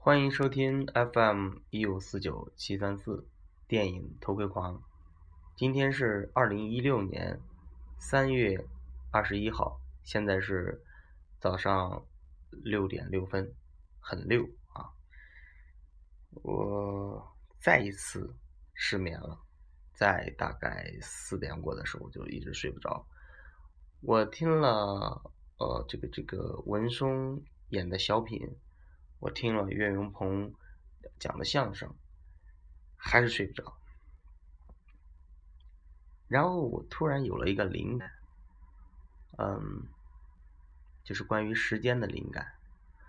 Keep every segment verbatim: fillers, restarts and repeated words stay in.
欢迎收听 F M 一五四九七三四电影偷窥狂。今天是二零一六年三月二十一号，现在是早上六点六分，很六啊！我再一次失眠了，在大概四点过的时候就一直睡不着。我听了呃这个这个文松演的小品。我听了岳云鹏讲的相声，还是睡不着。然后我突然有了一个灵感，嗯，就是关于时间的灵感。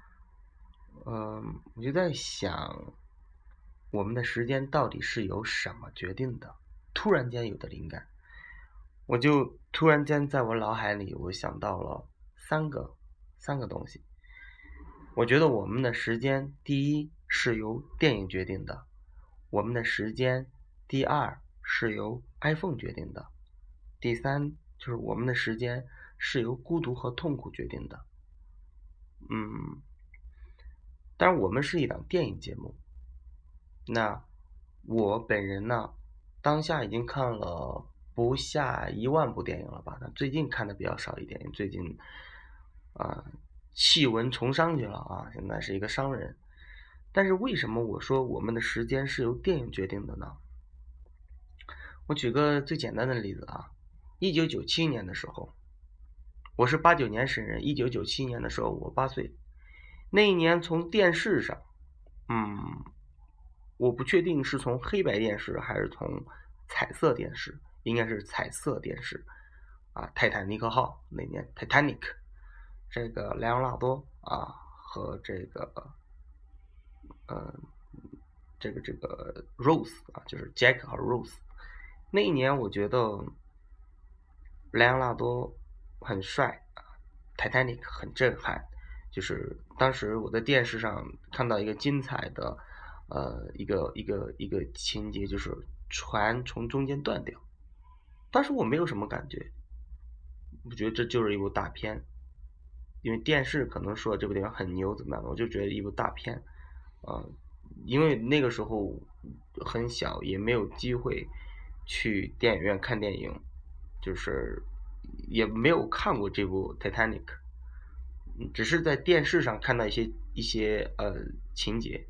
嗯，我就在想，我们的时间到底是由什么决定的？突然间有的灵感，我就突然间在我脑海里，我想到了三个三个东西。我觉得我们的时间，第一是由电影决定的，我们的时间，第二是由 iPhone 决定的，第三就是我们的时间是由孤独和痛苦决定的。嗯，当然我们是一档电影节目，那我本人呢，当下已经看了不下一万部电影了吧？那最近看的比较少一点，最近啊。呃弃文从商去了啊，现在是一个商人。但是为什么我说我们的时间是由电影决定的呢？我举个最简单的例子啊，一九九七年的时候，我是八九年生人，一九九七年的时候我八岁，那一年从电视上，嗯，我不确定是从黑白电视还是从彩色电视，应该是彩色电视啊，泰坦尼克号那年 Titanic。这个莱昂纳多啊和这个呃这个这个 Rose 啊，就是 Jack 和 Rose。那一年我觉得莱昂纳多很帅啊 ，Titanic 很震撼。就是当时我在电视上看到一个精彩的呃一个一个一个情节，就是船从中间断掉。当时我没有什么感觉，我觉得这就是一部大片。因为电视可能说这部电影很牛怎么样的，我就觉得一部大片啊、呃，因为那个时候很小，也没有机会去电影院看电影，就是也没有看过这部 Titanic， 只是在电视上看到一些一些呃情节。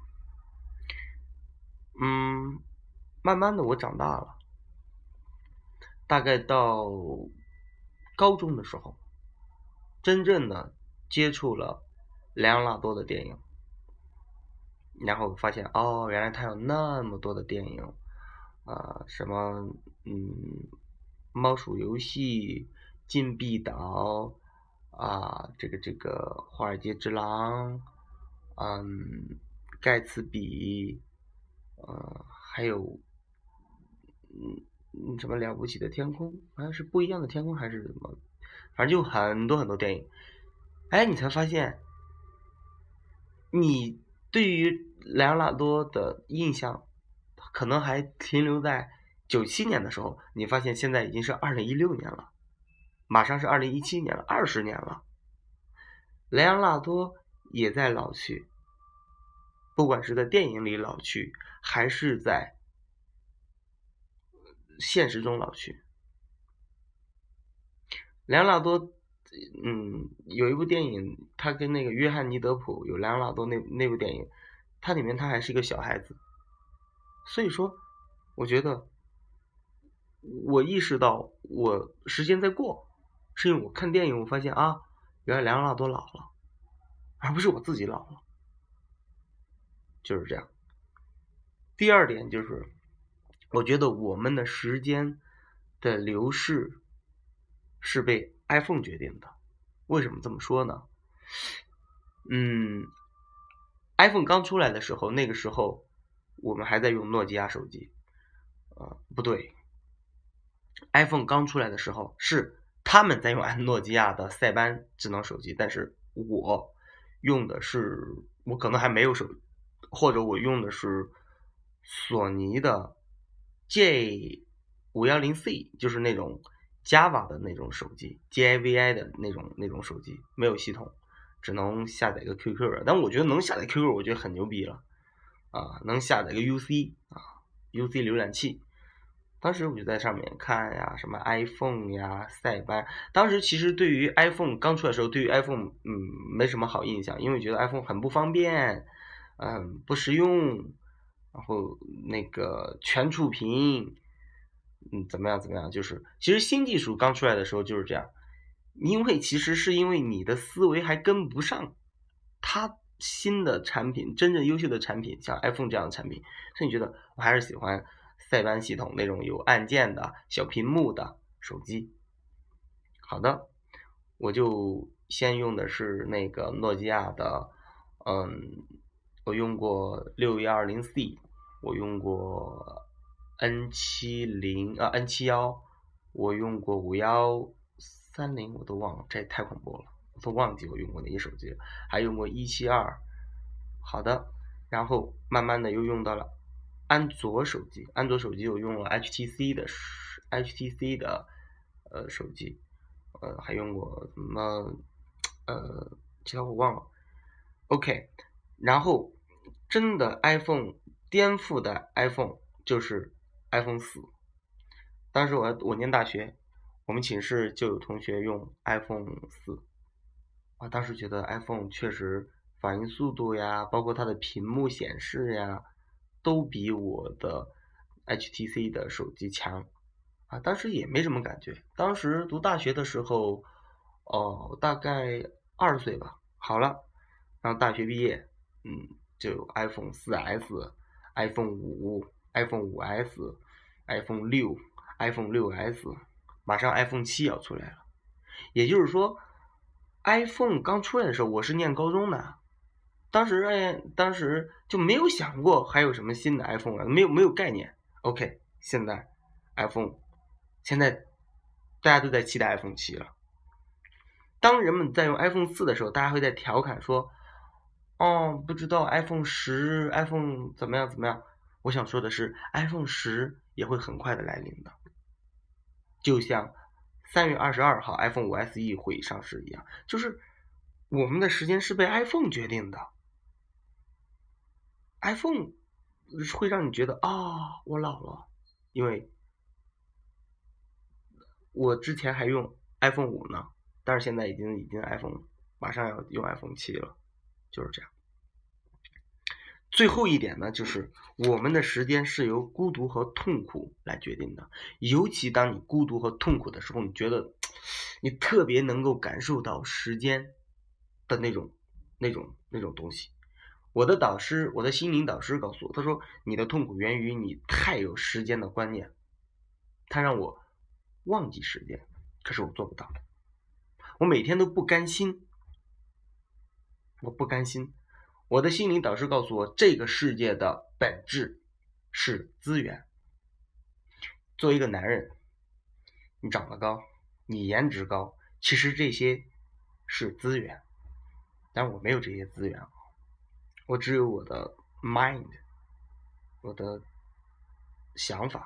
嗯，慢慢的我长大了，大概到高中的时候，真正的接触了莱昂纳多的电影，然后发现哦，原来他有那么多的电影啊、呃，什么嗯，猫鼠游戏、禁闭岛啊、呃，这个这个华尔街之狼，嗯，盖茨比，呃，还有嗯什么了不起的天空，好像是不一样的天空还是什么，反正就很多很多电影。哎，你才发现，你对于莱昂纳多的印象，可能还停留在九七年的时候，你发现现在已经是二零一六年了，马上是二零一七年了，二十年了，莱昂纳多也在老去，不管是在电影里老去，还是在现实中老去。莱昂纳多，嗯，有一部电影，他跟那个约翰尼德普有莱昂纳多那那部电影，它里面他还是一个小孩子，所以说，我觉得我意识到我时间在过，是因为我看电影我发现啊，原来莱昂纳多老了，而不是我自己老了，就是这样。第二点就是，我觉得我们的时间的流逝是被 iPhone 决定的。为什么这么说呢？嗯 ，iPhone 刚出来的时候，那个时候我们还在用诺基亚手机，呃，不对 ，iPhone 刚出来的时候是他们在用诺基亚的塞班智能手机，但是我用的是，我可能还没有手，或者我用的是索尼的 J 五一零 C， 就是那种 Java 的那种手机 ，J A V I 的那种那种手机，没有系统。 只能下载一个 Q Q 了。但我觉得能下载 Q Q， 我觉得很牛逼了啊！能下载个 U C 啊 ，U C 浏览器。当时我就在上面看呀，什么 iPhone 呀、塞班。当时其实对于 iPhone 刚出来的时候，对于 iPhone 嗯没什么好印象，因为觉得 iPhone 很不方便，嗯不实用，然后那个全触屏，嗯怎么样怎么样，就是其实新技术刚出来的时候就是这样，因为其实是因为你的思维还跟不上它新的产品，真正优秀的产品，像 iPhone 这样的产品，所以你觉得我还是喜欢塞班系统那种有按键的小屏幕的手机。好的，我就先用的是那个诺基亚的，嗯，我用过六一二零 C， 我用过 N 七零 啊 N 七十，我用过五一三零，我都忘了，这也太恐怖了，我都忘记我用过哪些手机了，还用过一七二。好的，然后慢慢的又用到了安卓手机，安卓手机我用了 H T C 的 H T C 的呃手机，呃还用过什么呃其他我忘了。OK， 然后真的 iPhone 颠覆的 iPhone 就是 iPhone 四。当时我我念大学，我们寝室就有同学用 iPhone 四，啊，当时觉得 iPhone 确实反应速度呀，包括它的屏幕显示呀，都比我的 H T C 的手机强啊。当时也没什么感觉，当时读大学的时候，哦，大概二十岁吧。好了，然后大学毕业，嗯，就有 iPhone 四 S、iPhone 五、iPhone 五 S、iPhone 六、iPhone 六 S， 马上 iPhone 七要出来了。也就是说 ，iPhone 刚出来的时候，我是念高中的，当时哎，当时就没有想过还有什么新的 iPhone 了，没有没有概念。OK， 现在 iPhone， 现在大家都在期待 iPhone 七了。当人们在用 iPhone 四的时候，大家会在调侃说，哦，不知道 iPhone 十 iPhone 怎么样怎么样。我想说的是 iPhone 十也会很快的来临的，就像三月二十二号 iPhone 五 S E 会上市一样，就是我们的时间是被 iPhone 决定的。iPhone 会让你觉得啊、哦，我老了，因为我之前还用 iPhone 五呢，但是现在已经已经 iPhone 马上要用 iPhone 七了，就是这样。最后一点呢，就是我们的时间是由孤独和痛苦来决定的。尤其当你孤独和痛苦的时候，你觉得你特别能够感受到时间的那种、那种、那种东西。我的导师，我的心灵导师告诉我，他说你的痛苦源于你太有时间的观念。他让我忘记时间，可是我做不到。我每天都不甘心，我不甘心。我的心灵导师告诉我，这个世界的本质是资源。作为一个男人，你长得高，你颜值高，其实这些是资源，但我没有这些资源，我只有我的 mind， 我的想法。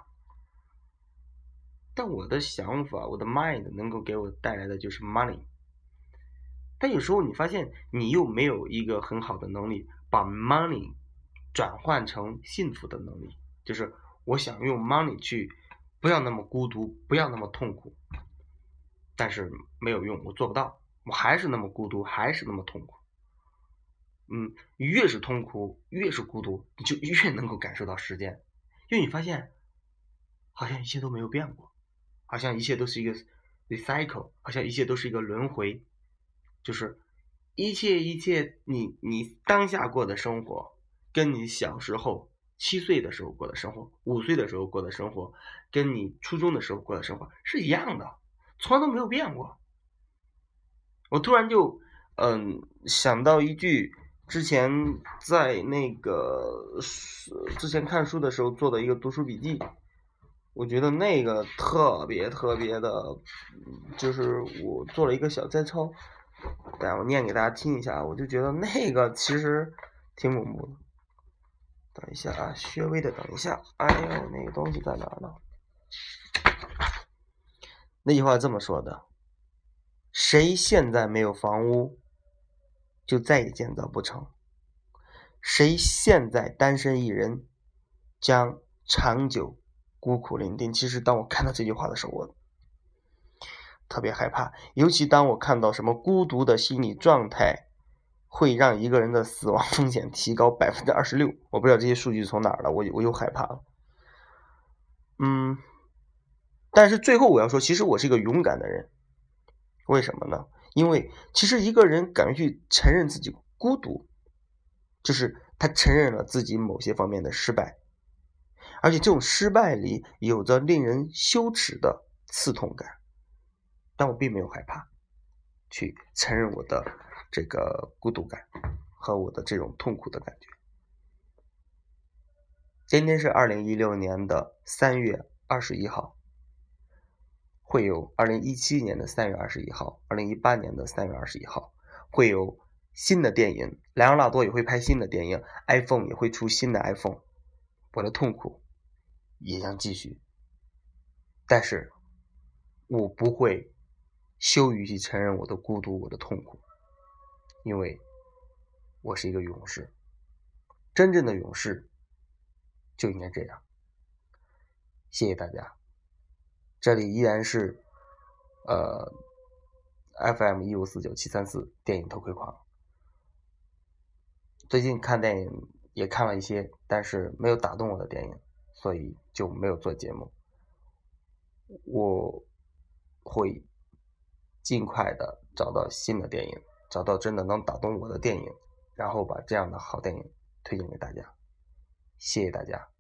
但我的想法，我的 mind 能够给我带来的就是 money。但有时候你发现你又没有一个很好的能力把 money 转换成幸福的能力，就是我想用 money 去不要那么孤独，不要那么痛苦，但是没有用，我做不到，我还是那么孤独，还是那么痛苦。嗯，越是痛苦，越是孤独，你就越能够感受到时间，因为你发现好像一切都没有变过，好像一切都是一个 recycle， 好像一切都是一个轮回。就是一切一切你你当下过的生活，跟你小时候七岁的时候过的生活，五岁的时候过的生活，跟你初中的时候过的生活是一样的，从来都没有变过。我突然就嗯想到一句之前在那个之前看书的时候做的一个读书笔记，我觉得那个特别特别的，就是我做了一个小摘抄。但我念给大家听一下，我就觉得那个其实挺恐怖的。等一下啊，稍微的等一下。哎呦，那个东西在哪呢？那句话这么说的：谁现在没有房屋， 就再也建造不成。谁现在单身一人，将长久孤苦伶仃。其实当我看到这句话的时候，我特别害怕，尤其当我看到什么孤独的心理状态会让一个人的死亡风险提高 百分之二十六， 我不知道这些数据从哪儿了，我我又害怕了。嗯，但是最后我要说，其实我是一个勇敢的人。为什么呢？因为其实一个人敢于去承认自己孤独，就是他承认了自己某些方面的失败，而且这种失败里有着令人羞耻的刺痛感。但我并没有害怕去承认我的这个孤独感和我的这种痛苦的感觉。今天是二零一六年的三月二十一号，会有二零一七年的三月二十一号，二零一八年的三月二十一号，会有新的电影，莱昂纳多也会拍新的电影， iPhone 也会出新的 iPhone， 我的痛苦也将继续，但是我不会羞于去承认我的孤独，我的痛苦，因为我是一个勇士。真正的勇士就应该这样。谢谢大家。这里依然是呃 F M 一五四九七三四电影偷窥狂。最近看电影也看了一些，但是没有打动我的电影，所以就没有做节目。我会尽快的找到新的电影，找到真的能打动我的电影，然后把这样的好电影推荐给大家。谢谢大家。